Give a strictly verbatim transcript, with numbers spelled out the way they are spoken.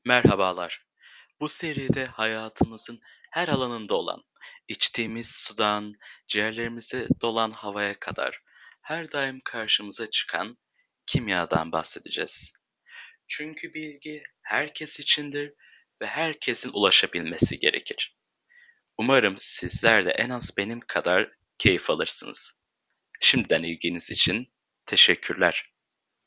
Merhabalar. Bu seride hayatımızın her alanında olan, içtiğimiz sudan, ciğerlerimize dolan havaya kadar her daim karşımıza çıkan kimyadan bahsedeceğiz. Çünkü bilgi herkes içindir ve herkesin ulaşabilmesi gerekir. Umarım sizler de en az benim kadar keyif alırsınız. Şimdiden ilginiz için teşekkürler.